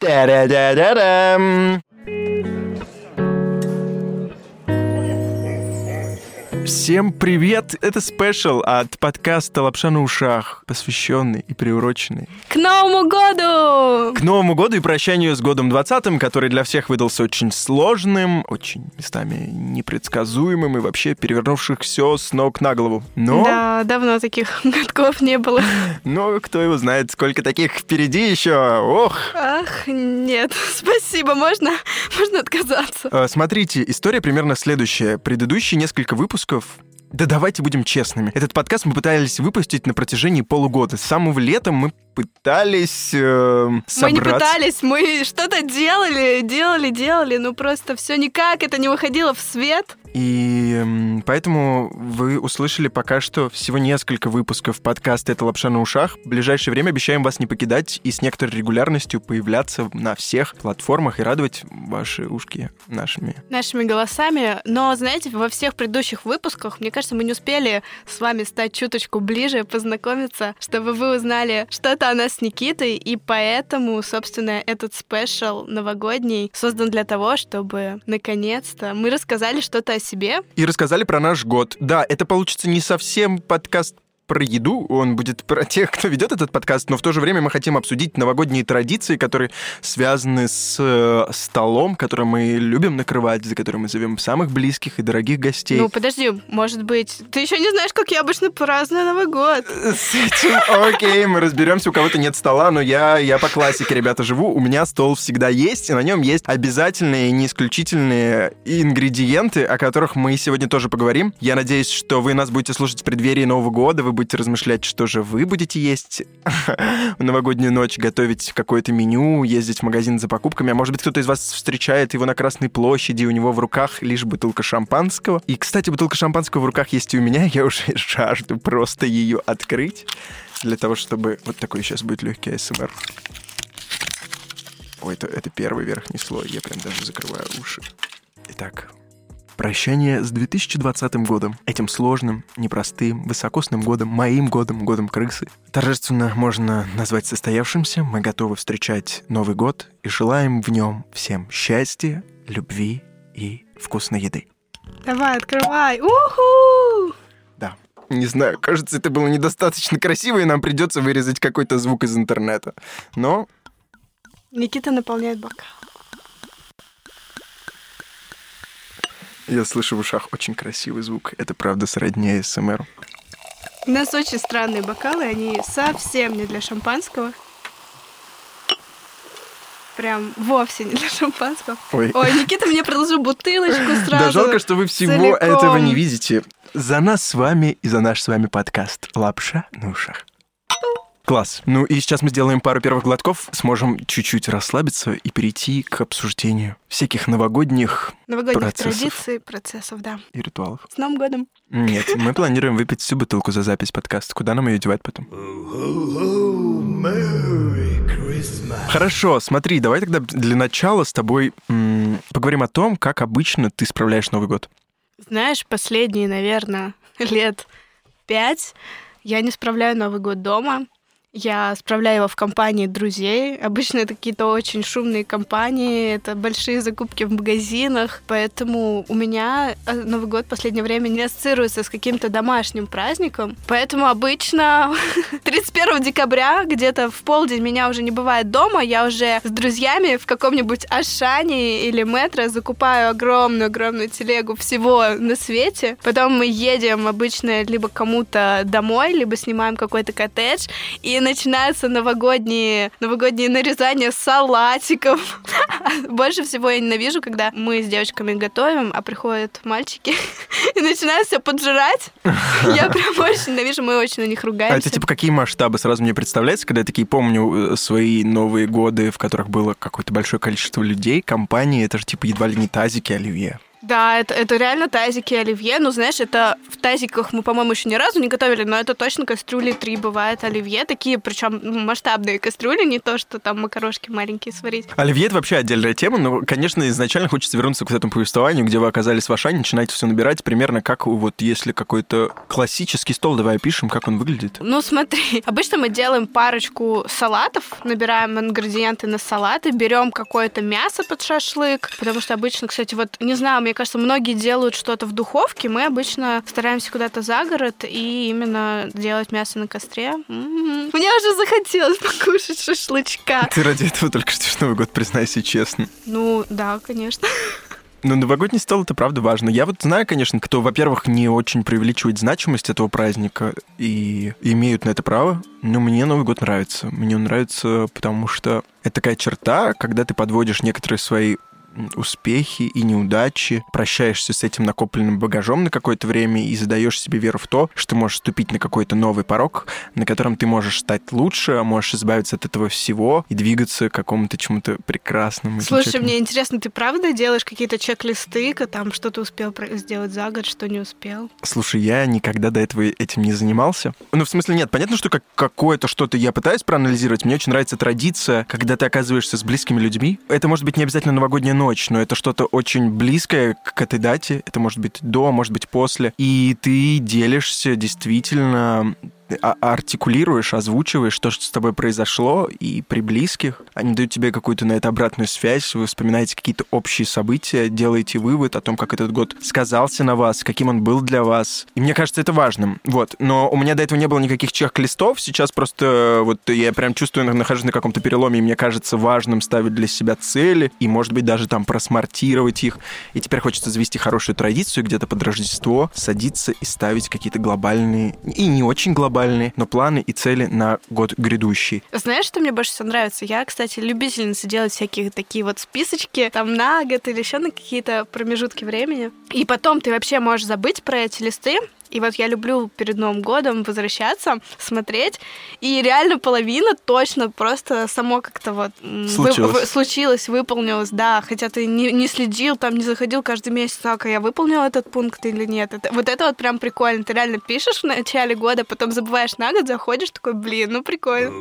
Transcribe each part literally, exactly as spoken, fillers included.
Та-да-да-да-дам. Всем привет! Это спешл от подкаста «Лапша на ушах», посвященный и приуроченный к Новому году! К Новому году и прощанию с годом двадцатым, который для всех выдался очень сложным, очень местами непредсказуемым и вообще перевернувших все с ног на голову. Но... Да, давно таких годков не было. Но кто его знает, сколько таких впереди еще. Ох! Ах, нет, спасибо, можно, можно отказаться. А, смотрите, история примерно следующая. Предыдущие несколько выпусков. Да давайте будем честными. Этот подкаст мы пытались выпустить на протяжении полугода. С самого лета мы пытались э, собраться... Мы не пытались, мы что-то делали, делали, делали, но просто все никак это не выходило в свет. И э, поэтому вы услышали пока что всего несколько выпусков подкаста «Это лапша на ушах». В ближайшее время обещаем вас не покидать и с некоторой регулярностью появляться на всех платформах и радовать ваши ушки нашими... Нашими голосами. Но, знаете, во всех предыдущих выпусках, мне кажется, мы не успели с вами стать чуточку ближе, познакомиться, чтобы вы узнали что-то о нас с Никитой, и поэтому, собственно, этот спешл новогодний создан для того, чтобы, наконец-то, мы рассказали что-то о себе. И рассказали про наш год. Да, это получится не совсем подкаст про еду, он будет про тех, кто ведет этот подкаст, но в то же время мы хотим обсудить новогодние традиции, которые связаны с э, столом, который мы любим накрывать, за который мы зовем самых близких и дорогих гостей. Ну, подожди, может быть, ты еще не знаешь, как я обычно праздную Новый год. С этим окей, мы разберемся, у кого-то нет стола, но я, я по классике, ребята, живу, у меня стол всегда есть, и на нем есть обязательные и не исключительные ингредиенты, о которых мы сегодня тоже поговорим. Я надеюсь, что вы нас будете слушать в преддверии Нового года, вы будете размышлять, что же вы будете есть в новогоднюю ночь, готовить какое-то меню, ездить в магазин за покупками. А может быть, кто-то из вас встречает его на Красной площади, и у него в руках лишь бутылка шампанского. И, кстати, бутылка шампанского в руках есть и у меня. Я уже жажду просто ее открыть для того, чтобы... Вот такой сейчас будет легкий эй эс эм ар. Ой, это, это первый верхний слой. Я прям даже закрываю уши. Итак... Прощание с две тысячи двадцатым годом. Этим сложным, непростым, высокосным годом, моим годом, годом крысы. Торжественно можно назвать состоявшимся. Мы готовы встречать Новый год и желаем в нем всем счастья, любви и вкусной еды. Давай, открывай. Уху! Да. Не знаю, кажется, это было недостаточно красиво, и нам придется вырезать какой-то звук из интернета. Но... Никита наполняет бокал. Я слышу в ушах очень красивый звук. Это правда сродни эй эс эм ар. У нас очень странные бокалы, они совсем не для шампанского. Прям вовсе не для шампанского. Ой, Ой, Никита мне предложил бутылочку сразу. Да жалко, что вы всего целиком. этого не видите. За нас с вами и за наш с вами подкаст «Лапша на ушах». Класс. Ну и сейчас мы сделаем пару первых глотков, сможем чуть-чуть расслабиться и перейти к обсуждению всяких новогодних, новогодних процессов. традиций, процессов, да. И ритуалов. С Новым годом. Нет, мы планируем выпить всю бутылку за запись подкаста. Куда нам ее девать потом? Хорошо, смотри, давай тогда для начала с тобой м- поговорим о том, как обычно ты справляешь Новый год. Знаешь, последние, наверное, лет пять я не справляю Новый год дома. Я справляю его в компании друзей. Обычно это какие-то очень шумные компании, это большие закупки в магазинах, поэтому у меня Новый год в последнее время не ассоциируется с каким-то домашним праздником. Поэтому обычно тридцать первого декабря где-то в полдень меня уже не бывает дома, я уже с друзьями в каком-нибудь Ашане или Метро закупаю огромную-огромную телегу всего на свете. Потом мы едем обычно либо кому-то домой, либо снимаем какой-то коттедж, и начинаются новогодние, новогодние нарезания салатиков. Больше всего я ненавижу, когда мы с девочками готовим, а приходят мальчики и начинают все поджирать. Я прям очень ненавижу, мы очень на них ругаемся. А это типа какие масштабы сразу мне представляется, когда я такие помню свои новые годы, в которых было какое-то большое количество людей, компании, это же типа едва ли не тазики оливье. Да, это, это реально тазики оливье. Ну, знаешь, это в тазиках мы, по-моему, еще ни разу не готовили, но это точно кастрюли три бывает оливье. Такие, причем масштабные кастрюли, не то, что там макарошки маленькие сварить. Оливье — это вообще отдельная тема, но, конечно, изначально хочется вернуться к этому повествованию, где вы оказались в Ашане, начинаете все набирать примерно как вот если какой-то классический стол, давай опишем, как он выглядит. Ну, смотри, обычно мы делаем парочку салатов, набираем ингредиенты на салаты, берем какое-то мясо под шашлык, потому что обычно, кстати, вот, не знаю, мне кажется, многие делают что-то в духовке, мы обычно стараемся куда-то за город и именно делать мясо на костре. М-м-м. Мне уже захотелось покушать шашлычка. Ты ради этого только что в Новый год, признайся честно. Ну, да, конечно. Но новогодний стол — это правда важно. Я вот знаю, конечно, кто, во-первых, не очень преувеличивает значимость этого праздника и имеют на это право, но мне Новый год нравится. Мне он нравится, потому что это такая черта, когда ты подводишь некоторые свои успехи и неудачи, прощаешься с этим накопленным багажом на какое-то время и задаешь себе веру в то, что можешь ступить на какой-то новый порог, на котором ты можешь стать лучше, можешь избавиться от этого всего и двигаться к какому-то чему-то прекрасному. Слушай, мне интересно, ты правда делаешь какие-то чек-листы, там что ты успел сделать за год, что не успел? Слушай, я никогда до этого этим не занимался. Ну, в смысле, нет, понятно, что как какое-то что-то я пытаюсь проанализировать. Мне очень нравится традиция, когда ты оказываешься с близкими людьми. Это может быть не обязательно новогодняя ночь, но это что-то очень близкое к этой дате. Это может быть до, может быть после. И ты делишься действительно... артикулируешь, озвучиваешь то, что с тобой произошло, и при близких они дают тебе какую-то на это обратную связь, вы вспоминаете какие-то общие события, делаете вывод о том, как этот год сказался на вас, каким он был для вас. И мне кажется, это важным. Вот. Но у меня до этого не было никаких чек-листов, сейчас просто вот я прям чувствую, нахожусь на каком-то переломе, и мне кажется важным ставить для себя цели, и, может быть, даже там просмартировать их. И теперь хочется завести хорошую традицию, где-то под Рождество садиться и ставить какие-то глобальные и не очень глобальные, но планы и цели на год грядущий. Знаешь, что мне больше всего нравится? Я, кстати, любительница делать всякие такие вот списочки, там на год или еще на какие-то промежутки времени. И потом ты вообще можешь забыть про эти листы. И вот я люблю перед Новым годом возвращаться, смотреть, и реально половина точно просто само как-то вот случилось, вы, случилось выполнилось, да, хотя ты не, не следил, там не заходил каждый месяц, так, а я выполнил этот пункт или нет. Это, вот это вот прям прикольно. Ты реально пишешь в начале года, потом забываешь на год, заходишь, такой, блин, ну прикольно.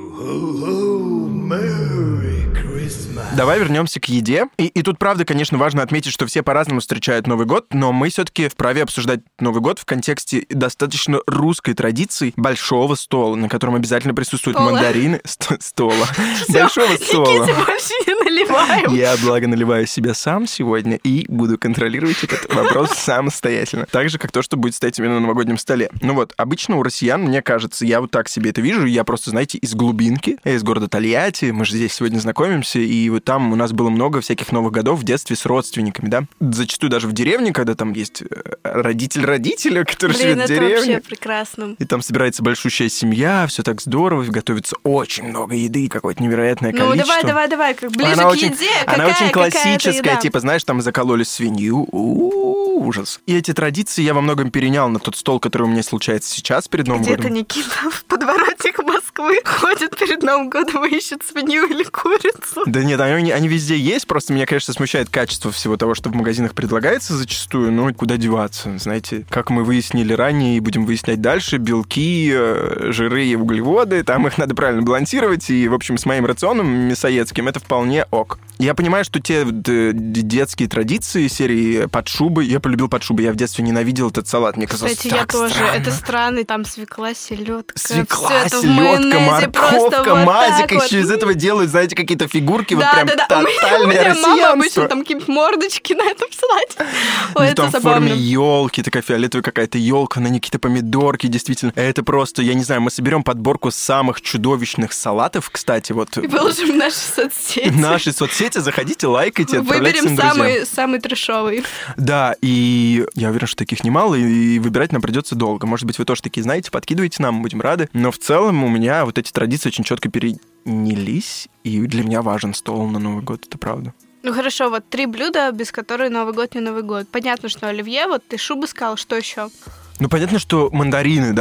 Давай вернемся к еде. И, и тут, правда, конечно, важно отметить, что все по-разному встречают Новый год, но мы все-таки вправе обсуждать Новый год в контексте достаточно русской традиции большого стола, на котором обязательно присутствуют стола. мандарины. Ст- стола. Большого стола. Никите больше не наливаем. Я, благо, наливаю себя сам сегодня и буду контролировать этот вопрос самостоятельно. Так же, как то, что будет стоять именно на новогоднем столе. Ну вот, обычно у россиян, мне кажется, я вот так себе это вижу, я просто, знаете, из глубинки, я из города Тольятти, мы же здесь сегодня знакомимся, и вот там у нас было много всяких Новых годов в детстве с родственниками, да. Зачастую даже в деревне, когда там есть родитель родителя, который Блин, живет в это деревне. вообще прекрасно. И там собирается большущая семья, все так здорово, готовится очень много еды, какое-то невероятное количество. Ну, давай, давай, давай, как ближе она к очень, еде. Она какая, очень классическая, еда? типа, знаешь, там закололи свинью. У-у-у, ужас. И эти традиции я во многом перенял на тот стол, который у меня случается сейчас перед Новым Где-то годом. Никита в подворотнях Москвы ходит перед Новым годом и ищет свинью или курицу. Да нет, они, они везде есть, просто меня, конечно, смущает качество всего того, что в магазинах предлагается зачастую, но куда деваться, знаете, как мы выяснили ранее и будем выяснять дальше, белки, жиры и углеводы, там их надо правильно балансировать, и, в общем, с моим рационом мясоедским это вполне ок. Я понимаю, что те детские традиции серии под шубой, я полюбил под шубой, я в детстве ненавидел этот салат, мне казалось, Кстати, так я тоже, странно. это странный, там свекла, селедка, Свекла, селедка, морковка, вот мазик, вот. еще из этого делают, знаете, какие-то фигурки, да, вот прям да, да. тотальное у меня россиянство. мама обычно там какие-нибудь мордочки на этом салате. Ой, Ну, это там в забавно. форме елки, такая фиолетовая какая-то елка, на ней какие-то помидорки, действительно. Это просто, я не знаю, мы соберем подборку самых чудовищных салатов, кстати, вот. И выложим в наши соцсети. В наши соцсети, заходите, лайкайте, отправляйте Выберем своим друзьям. самый, самый трэшовый. Да, и я уверен, что таких немало, и выбирать нам придется долго. Может быть, вы тоже такие знаете, подкидывайте нам, мы будем рады. Но в целом у меня вот эти традиции очень четко перенялись, и для меня важен стол на Новый год, это правда. Ну хорошо, вот три блюда, без которых Новый год не Новый год. Понятно, что оливье, вот ты шубу сказал, что еще? Ну, понятно, что мандарины, да?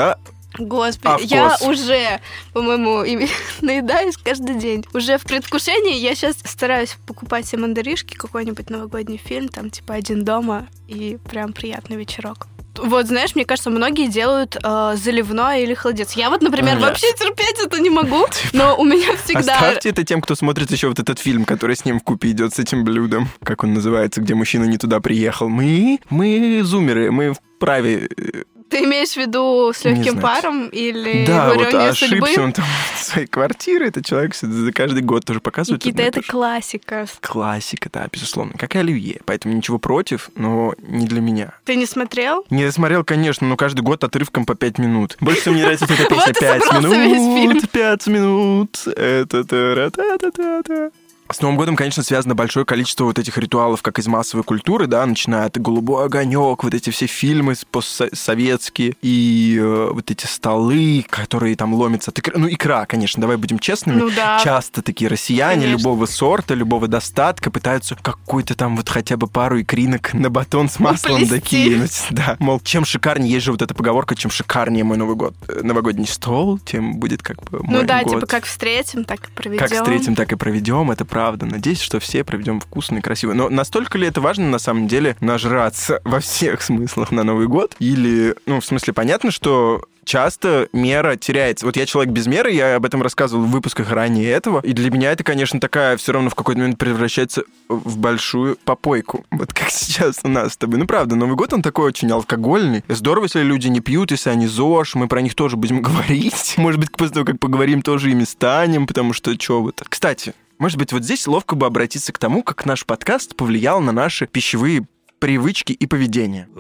Господи, Of я course. уже, по-моему, ими наедаюсь каждый день. Уже в предвкушении я сейчас стараюсь покупать себе мандаришки, какой-нибудь новогодний фильм, там типа «Один дома», и прям приятный вечерок. Вот, знаешь, мне кажется, многие делают э, заливной или холодец. Я вот, например, Нет. вообще терпеть это не могу, но у меня всегда... Оставьте это тем, кто смотрит еще вот этот фильм, который с ним вкупе идет с этим блюдом. Как он называется, где мужчина не туда приехал. Мы, мы зумеры, мы вправе... Ты имеешь в виду с Не легким знаю. паром или Да, вот «Варенье судьбы»? ошибся он там в своей квартире. Это человек за каждый год тоже показывает. Никита, одно и это то же. классика. Классика, да, безусловно. Как и оливье. Поэтому ничего против, но не для меня. Ты не смотрел? Не смотрел, конечно, но каждый год отрывком по пять минут. Больше всего мне нравится вот эта песня Вот и «Пять собрался весь фильм. минут, пять минут». Это та-та-та-та-та. С Новым годом, конечно, связано большое количество вот этих ритуалов, как из массовой культуры, да, начиная от «Голубой огонек», вот эти все фильмы постсоветские, и э, вот эти столы, которые там ломятся от икры. Ну, икра, конечно, давай будем честными. Ну да. Часто такие россияне Конечно. любого сорта, любого достатка пытаются какой-то там вот хотя бы пару икринок на батон с маслом Уплести. докинуть. Да, мол, чем шикарнее, есть же вот эта поговорка, чем шикарнее мой Новый год, э, новогодний стол, тем будет как бы мой Ну да, год. типа как встретим, так и проведем. Как встретим, так и проведем, это правда. Надеюсь, что все проведем вкусно и красиво. Но настолько ли это важно, на самом деле, нажраться во всех смыслах на Новый год? Или, ну, в смысле, понятно, что часто мера теряется. Вот я человек без меры, я об этом рассказывал в выпусках ранее этого, и для меня это, конечно, такая все равно в какой-то момент превращается в большую попойку. Вот как сейчас у нас с тобой. Ну, правда, Новый год, он такой очень алкогольный. Здорово, если люди не пьют, если они ЗОЖ, мы про них тоже будем говорить. Может быть, после того, как поговорим, тоже ими станем, потому что чё вы-то. Кстати, может быть, вот здесь ловко бы обратиться к тому, как наш подкаст повлиял на наши пищевые привычки и поведение.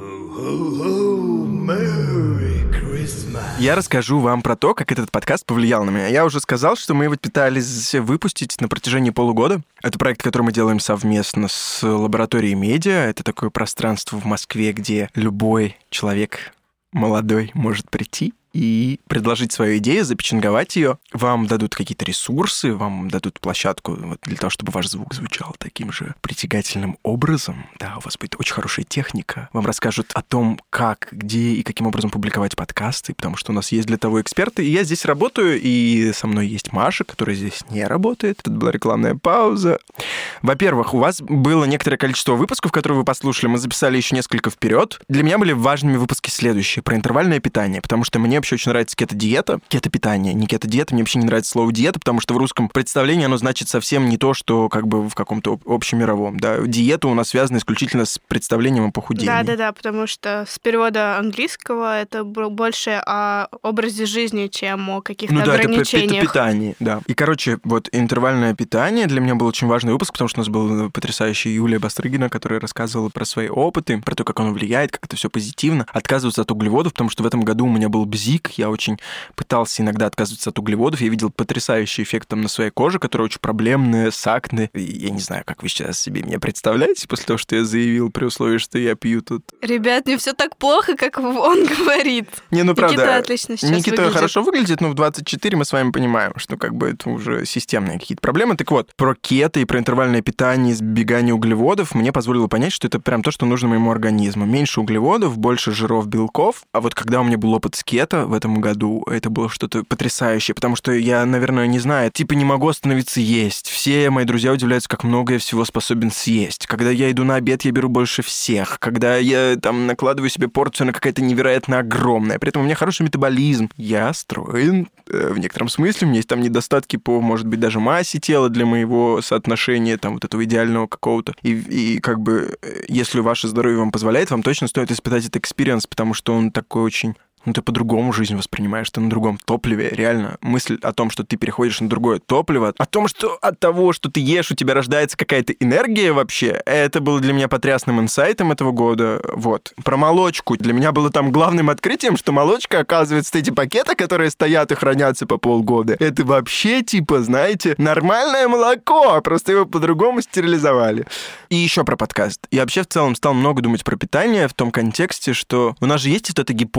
Я расскажу вам про то, как этот подкаст повлиял на меня. Я уже сказал, что мы его пытались выпустить на протяжении полугода. Это проект, который мы делаем совместно с лабораторией медиа. Это такое пространство в Москве, где любой человек молодой может прийти и предложить свою идею, запеченговать ее. Вам дадут какие-то ресурсы, вам дадут площадку вот, для того, чтобы ваш звук звучал таким же притягательным образом. Да, у вас будет очень хорошая техника. Вам расскажут о том, как, где и каким образом публиковать подкасты, потому что у нас есть для того эксперты. И я здесь работаю, и со мной есть Маша, которая здесь не работает. Тут была рекламная пауза. Во-первых, у вас было некоторое количество выпусков, которые вы послушали. Мы записали еще несколько вперед. Для меня были важными выпуски следующие. Про интервальное питание, потому что мне вообще очень нравится кето-диета. Кето-питание, не кето-диета. Мне вообще не нравится слово диета, потому что в русском представлении оно значит совсем не то, что как бы в каком-то общемировом. Да? Диета у нас связана исключительно с представлением о похудении. Да-да-да, потому что с перевода английского это больше о образе жизни, чем о каких-то ну, да, ограничениях. Это, это питание, да. И, короче, вот интервальное питание для меня был очень важный выпуск, потому что у нас была потрясающая Юлия Бастрыгина, которая рассказывала про свои опыты, про то, как оно влияет, как это все позитивно. Отказываться от углеводов, потому что в этом году у меня был бзик, я очень пытался иногда отказываться от углеводов, я видел потрясающий эффект там на своей коже, которая очень проблемная, с акне. И я не знаю, как вы сейчас себе меня представляете после того, что я заявил, при условии, что я пью тут. Ребят, не все так плохо, как он говорит. Не, ну правда. Никита отлично сейчас Никита выглядит. хорошо выглядит, но в двадцать четыре мы с вами понимаем, что как бы это уже системные какие-то проблемы. Так вот, про кето и про интервальное питание, избегание углеводов мне позволило понять, что это прям то, что нужно моему организму. Меньше углеводов, больше жиров, белков. А вот когда у меня был опыт с кето в этом году, это было что-то потрясающее, потому что я, наверное, не знаю, типа не могу остановиться есть. Все мои друзья удивляются, как много я всего способен съесть. Когда я иду на обед, я беру больше всех. Когда я там накладываю себе порцию, она какая-то невероятно огромная. При этом у меня хороший метаболизм. Я строен э, в некотором смысле. У меня есть там недостатки по, может быть, даже массе тела для моего соотношения, там, вот этого идеального какого-то. И, и как бы, если ваше здоровье вам позволяет, вам точно стоит испытать этот экспириенс, потому что он такой очень... Ну, ты по-другому жизнь воспринимаешь, ты на другом топливе. Реально, мысль о том, что ты переходишь на другое топливо, о том, что от того, что ты ешь, у тебя рождается какая-то энергия вообще, это было для меня потрясным инсайтом этого года. Вот. Про молочку. Для меня было там главным открытием, что молочка, оказывается, эти пакеты, которые стоят и хранятся по полгода, это вообще, типа, знаете, нормальное молоко, просто его по-другому стерилизовали. И еще про подкаст. Я вообще в целом стал много думать про питание в том контексте, что у нас же есть вот эта гипотеза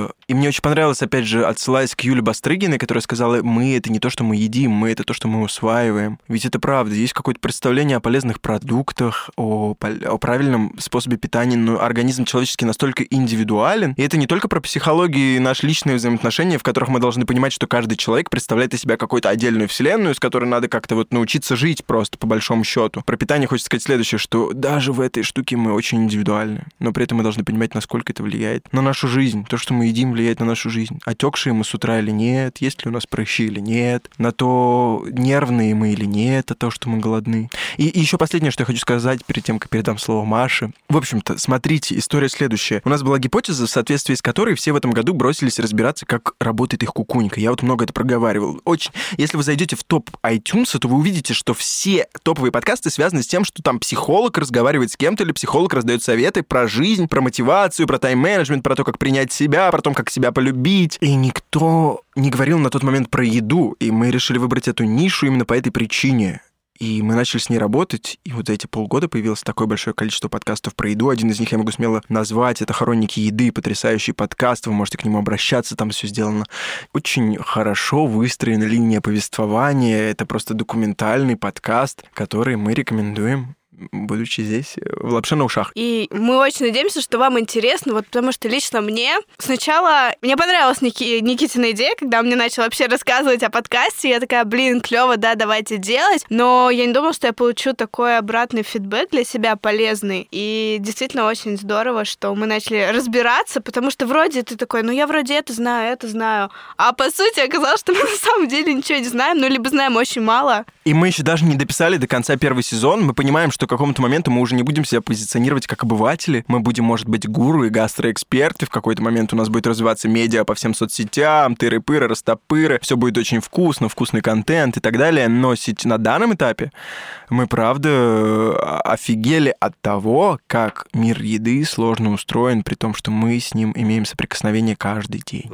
правда. И мне очень понравилось, опять же, отсылаясь к Юле Бастрыгиной, которая сказала, мы — это не то, что мы едим, мы — это то, что мы усваиваем. Ведь это правда. Есть какое-то представление о полезных продуктах, о, о правильном способе питания, но организм человеческий настолько индивидуален. И это не только про психологию и наши личные взаимоотношения, в которых мы должны понимать, что каждый человек представляет из себя какую-то отдельную вселенную, с которой надо как-то вот научиться жить просто, по большому счету. Про питание хочется сказать следующее, что даже в этой штуке мы очень индивидуальны, но при этом мы должны понимать, насколько это влияет на нашу жизнь. То, что мы едим, влияет на нашу жизнь. Отекшие мы с утра или нет, есть ли у нас прыщи или нет, на то, нервные мы или нет, а то, что мы голодны. И, и еще последнее, что я хочу сказать перед тем, как передам слово Маше. В общем-то, смотрите, история следующая. У нас была гипотеза, в соответствии с которой все в этом году бросились разбираться, как работает их кукунька. Я вот много это проговаривал. Очень. Если вы зайдете в топ iTunes, то вы увидите, что все топовые подкасты связаны с тем, что там психолог разговаривает с кем-то, или психолог раздает советы про жизнь, про мотивацию, про тайм-менеджмент, про то, как принять себя, про то, как себя полюбить. И никто не говорил на тот момент про еду, и мы решили выбрать эту нишу именно по этой причине. И мы начали с ней работать, и вот за эти полгода появилось такое большое количество подкастов про еду. Один из них я могу смело назвать, это «Хроники еды», потрясающий подкаст, вы можете к нему обращаться, там все сделано очень хорошо, выстроена линия повествования, это просто документальный подкаст, который мы рекомендуем, будучи здесь в лапше на ушах. И мы очень надеемся, что вам интересно, вот потому что лично мне сначала мне понравилась Ники, Никитина идея, когда он мне начал вообще рассказывать о подкасте, я такая, блин, клево, да, давайте делать, но я не думала, что я получу такой обратный фидбэк для себя полезный, и действительно очень здорово, что мы начали разбираться, потому что вроде ты такой, ну я вроде это знаю, это знаю, а по сути оказалось, что мы на самом деле ничего не знаем, ну либо знаем очень мало. И мы еще даже не дописали до конца первый сезон, мы понимаем, что к какому-то моменту мы уже не будем себя позиционировать как обыватели, мы будем, может быть, гуру и гастроэксперты, в какой-то момент у нас будет развиваться медиа по всем соцсетям, тыры-пыры, растопыры, все будет очень вкусно, вкусный контент и так далее, но на данном этапе мы, правда, офигели от того, как мир еды сложно устроен, при том, что мы с ним имеем соприкосновение каждый день.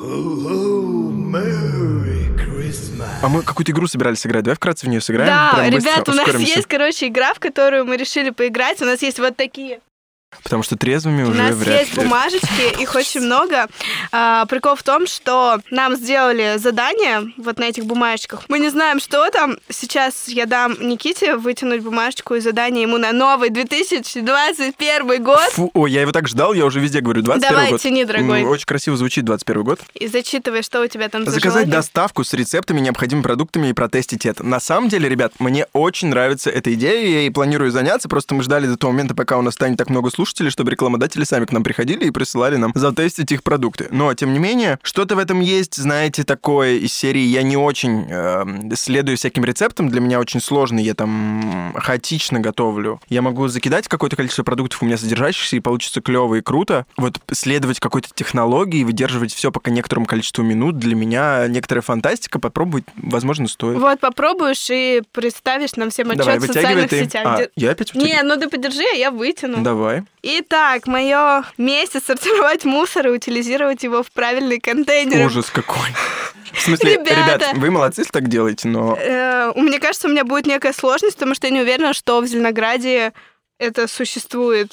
А мы какую-то игру собирались сыграть, давай вкратце в нее сыграем? Да, Прям ребят, у нас ускоримся. есть, короче, игра, в которую мы решили поиграть. У нас есть вот такие. Потому что трезвыми У уже нас вряд есть ли. бумажечки, их очень много. А, прикол в том, что нам сделали задание вот на этих бумажечках. Мы не знаем, что там. Сейчас я дам Никите вытянуть бумажечку и задание ему на новый две тысячи двадцать первый год. Фу, ой, я его так ждал, я уже везде говорю двадцать первый Давай, год. тяни, дорогой. М, Очень красиво звучит двадцать первый год. И зачитывай, что у тебя там за Заказать желание. доставку с рецептами, необходимыми продуктами и протестить это. На самом деле, ребят, мне очень нравится эта идея, я и планирую заняться, просто мы ждали до того момента, пока у нас станет так много слушателей, чтобы рекламодатели сами к нам приходили и присылали нам затестить их продукты. Но, тем не менее, что-то в этом есть, знаете, такое из серии «Я не очень э, следую всяким рецептам, для меня очень сложно, я там хаотично готовлю. Я могу закидать какое-то количество продуктов у меня содержащихся, и получится клево и круто. Вот следовать какой-то технологии и выдерживать все пока некоторому количеству минут, для меня некоторая фантастика, попробовать, возможно, стоит. Вот попробуешь и представишь нам всем отчет Давай, в социальных ты. сетях. А, Где- я опять вытягиваю? Не, ну ты подержи, а я вытяну. Давай. Итак, мое месяц сортировать мусор и утилизировать его в правильный контейнер. Ужас какой. В смысле, Ребята. ребят, вы молодцы, если так делаете, но... Э, Мне кажется, у меня будет некая сложность, потому что я не уверена, что в Зеленограде это существует.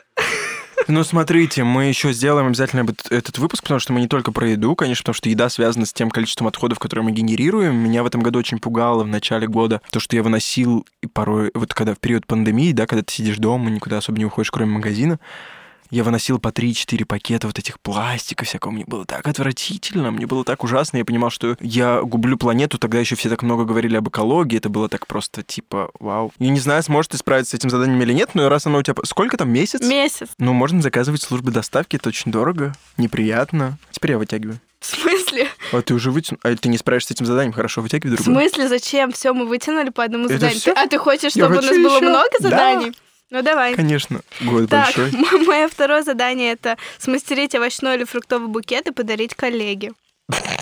Ну, смотрите, мы еще сделаем обязательно этот, этот выпуск, потому что мы не только про еду, конечно, потому что еда связана с тем количеством отходов, которые мы генерируем. Меня в этом году очень пугало в начале года то, что я выносил и порой, вот когда в период пандемии, да, когда ты сидишь дома, никуда особо не уходишь, кроме магазина, я выносил по три-четыре пакета вот этих пластика всякого. Мне было так отвратительно, мне было так ужасно. Я понимал, что я гублю планету. Тогда еще все так много говорили об экологии. Это было так просто типа вау. Я не знаю, сможет ты справиться с этим заданием или нет, но раз оно у тебя... Сколько там, месяц? Месяц. Ну, можно заказывать службы доставки, это очень дорого, неприятно. Теперь я вытягиваю. В смысле? А ты уже вытянул? А ты не справишься с этим заданием? Хорошо, вытягивай В другое. смысле, зачем? Все, мы вытянули по одному Это заданию. всё? Ты- А ты хочешь, Я чтобы у хочу нас было ещё. много Да. заданий? Ну, давай. Конечно, год Так, большой. м- мое второе задание — это смастерить овощной или фруктовый букет и подарить коллеге.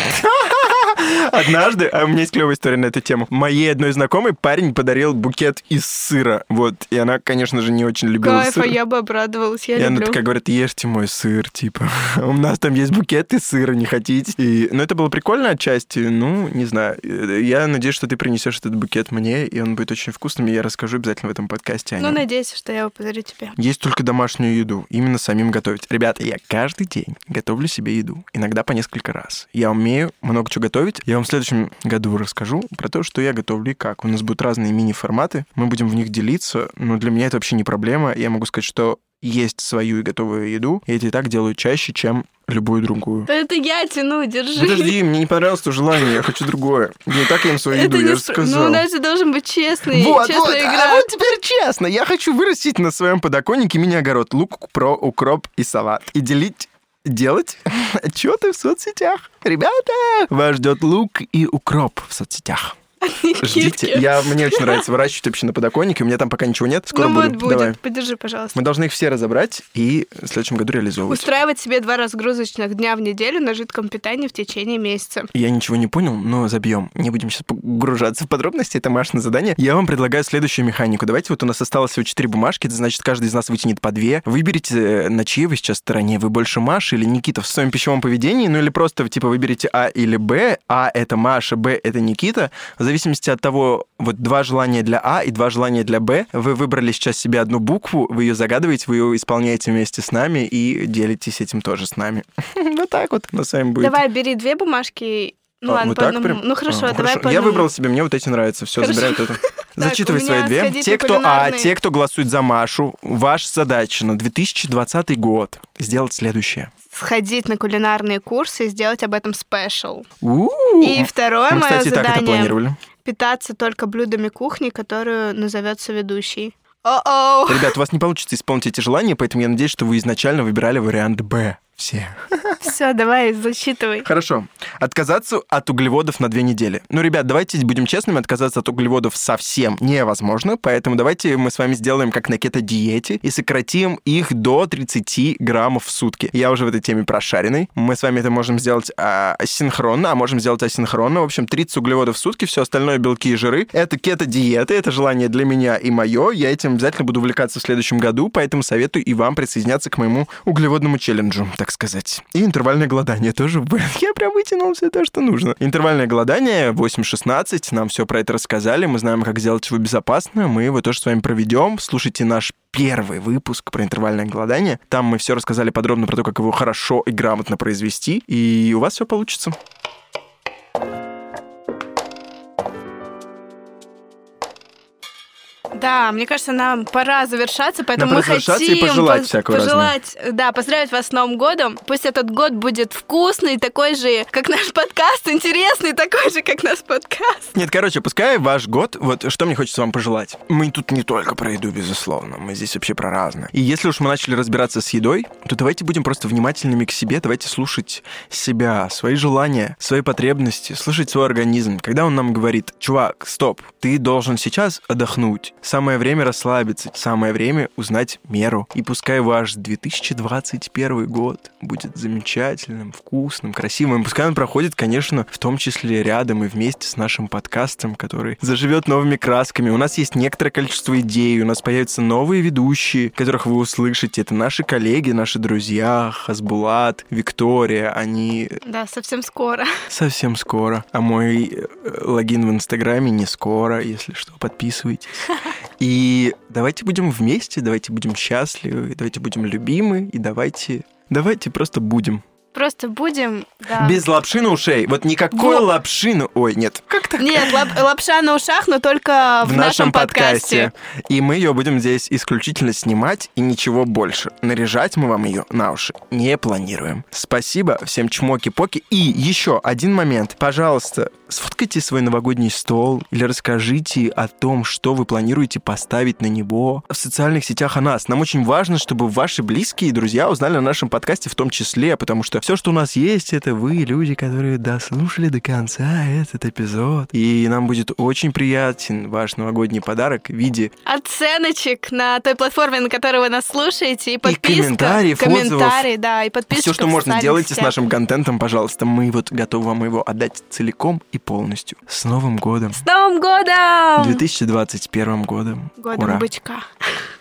Однажды, а у меня есть клевая история на эту тему, моей одной знакомой парень подарил букет из сыра, вот, и она, конечно же, не очень любила Кайф, сыр. а я бы обрадовалась, я и люблю. она такая говорит, ешьте мой сыр, типа, у нас там есть букет из сыра, не хотите? И, ну, это было прикольно отчасти, ну, не знаю, я надеюсь, что ты принесешь этот букет мне, и он будет очень вкусным, и я расскажу обязательно в этом подкасте о Ну, нем. надеюсь, что я его подарю тебе. Есть только домашнюю еду, именно самим готовить. Ребята, я каждый день готовлю себе еду, иногда по несколько раз. Я умею много чего готовить. Я вам в следующем году расскажу про то, что я готовлю и как. У нас будут разные мини-форматы, мы будем в них делиться, но для меня это вообще не проблема. Я могу сказать, что есть свою и готовую еду, я это и так делаю чаще, чем любую другую. Да это я тяну, держи. Подожди, мне не понравилось то желание, я хочу другое. Не так я им свою еду, Это я не же спро- сказал. Ну, у нас же должен быть честный, Вот, честная вот, игра. а вот теперь честно. Я хочу вырастить на своем подоконнике мини-огород, лук, про, укроп и салат. И делить, делать отчеты в соцсетях. Ребята, вас ждет лук и укроп в соцсетях. Ждите. Я, мне очень нравится выращивать вообще на подоконнике. У меня там пока ничего нет. Скоро ну буду. вот будет. Давай. Подержи, пожалуйста. Мы должны их все разобрать и в следующем году реализовывать. Устраивать себе два разгрузочных дня в неделю на жидком питании в течение месяца. Я ничего не понял, но забьем. Не будем сейчас погружаться в подробности, это Машина задание. Я вам предлагаю следующую механику. Давайте, вот у нас осталось всего четыре бумажки, это значит, каждый из нас вытянет по две. Выберите, на чьей вы сейчас стороне. Вы больше Маша или Никита в своем пищевом поведении, ну или просто, типа, выберите А или Б. А — это Маша, Б — это Никита. В зависимости от того, вот два желания для А и два желания для Б. Вы выбрали сейчас себе одну букву, вы ее загадываете, вы ее исполняете вместе с нами и делитесь этим тоже с нами. Вот так вот на с вами будет. Давай, бери две бумажки. Ну А, ладно, вот по так одному. прям? Ну хорошо, А, давай хорошо. по Я одному. выбрал себе, мне вот эти нравятся. Все, Хорошо. забирай вот это. Зачитывай у свои меня две. сходить Те, на кто А, кулинарный. те, кто голосует за Машу, ваша задача на две тысячи двадцатый год сделать следующее. Сходить на кулинарные курсы и сделать об этом спешл. У-у-у. И второе Мы, мое кстати, и так это задание планировали. — питаться только блюдами кухни, которую назовет соведущий. О-оу! Ребят, у вас не получится исполнить эти желания, поэтому я надеюсь, что вы изначально выбирали вариант Б. Все. Все, давай, зачитывай. Хорошо. Отказаться от углеводов на две недели. Ну, ребят, давайте будем честными, отказаться от углеводов совсем невозможно, поэтому давайте мы с вами сделаем как на кето-диете и сократим их до тридцати граммов в сутки. Я уже в этой теме прошаренный. Мы с вами это можем сделать а, асинхронно, а можем сделать асинхронно. В общем, тридцать углеводов в сутки, все остальное белки и жиры. Это кето-диета, это желание для меня и мое. Я этим обязательно буду увлекаться в следующем году, поэтому советую и вам присоединяться к моему углеводному челленджу, так сказать. И интервальное голодание тоже. Я прям вытянул все то, что нужно. Интервальное голодание восемь шестнадцать. Нам все про это рассказали. Мы знаем, как сделать его безопасно. Мы его тоже с вами проведем. Слушайте наш первый выпуск про интервальное голодание. Там мы все рассказали подробно про то, как его хорошо и грамотно произвести. И у вас все получится. Да, мне кажется, нам пора завершаться, поэтому Нам мы пора завершаться хотим и пожелать поз- всякого пожелать, да, поздравить вас с Новым годом. Пусть этот год будет вкусный, такой же, как наш подкаст, интересный, такой же, как наш подкаст. Нет, короче, пускай ваш год, вот что мне хочется вам пожелать. Мы тут не только про еду, безусловно, мы здесь вообще про разное. И если уж мы начали разбираться с едой, то давайте будем просто внимательными к себе, давайте слушать себя, свои желания, свои потребности, слушать свой организм. Когда он нам говорит: чувак, стоп, ты должен сейчас отдохнуть, самое время расслабиться, самое время узнать меру. И пускай ваш две тысячи двадцать первый год будет замечательным, вкусным, красивым. И пускай он проходит, конечно, в том числе рядом и вместе с нашим подкастом, который заживет новыми красками. У нас есть некоторое количество идей, у нас появятся новые ведущие, которых вы услышите. Это наши коллеги, наши друзья, Хасбулат, Виктория. Они Да, совсем скоро. совсем скоро. А мой э, логин в Инстаграме не скоро, если что, подписывайтесь. И давайте будем вместе, давайте будем счастливы, давайте будем любимы, и давайте, давайте просто будем. Просто будем, да. Без лапши на ушей. Вот никакой Во. лапши на... Ой, нет. Как так? Нет, лап- лапша на ушах, но только в, В нашем подкасте. И мы ее будем здесь исключительно снимать и ничего больше. Наряжать мы вам ее на уши не планируем. Спасибо всем чмоки-поки. И еще один момент. Пожалуйста, сфоткайте свой новогодний стол или расскажите о том, что вы планируете поставить на него в социальных сетях о нас. Нам очень важно, чтобы ваши близкие и друзья узнали о нашем подкасте в том числе, потому что что все, что у нас есть, это вы, люди, которые дослушали до конца этот эпизод. И нам будет очень приятен ваш новогодний подарок в виде оценочек на той платформе, на которой вы нас слушаете, и подписка. И комментариев, комментарий, да, и подписка. Все, что можно, делайте с нашим контентом, пожалуйста. Мы вот готовы вам его отдать целиком и полностью. С Новым годом! С Новым годом! две тысячи двадцать первым годом! Годом Ура! бычка.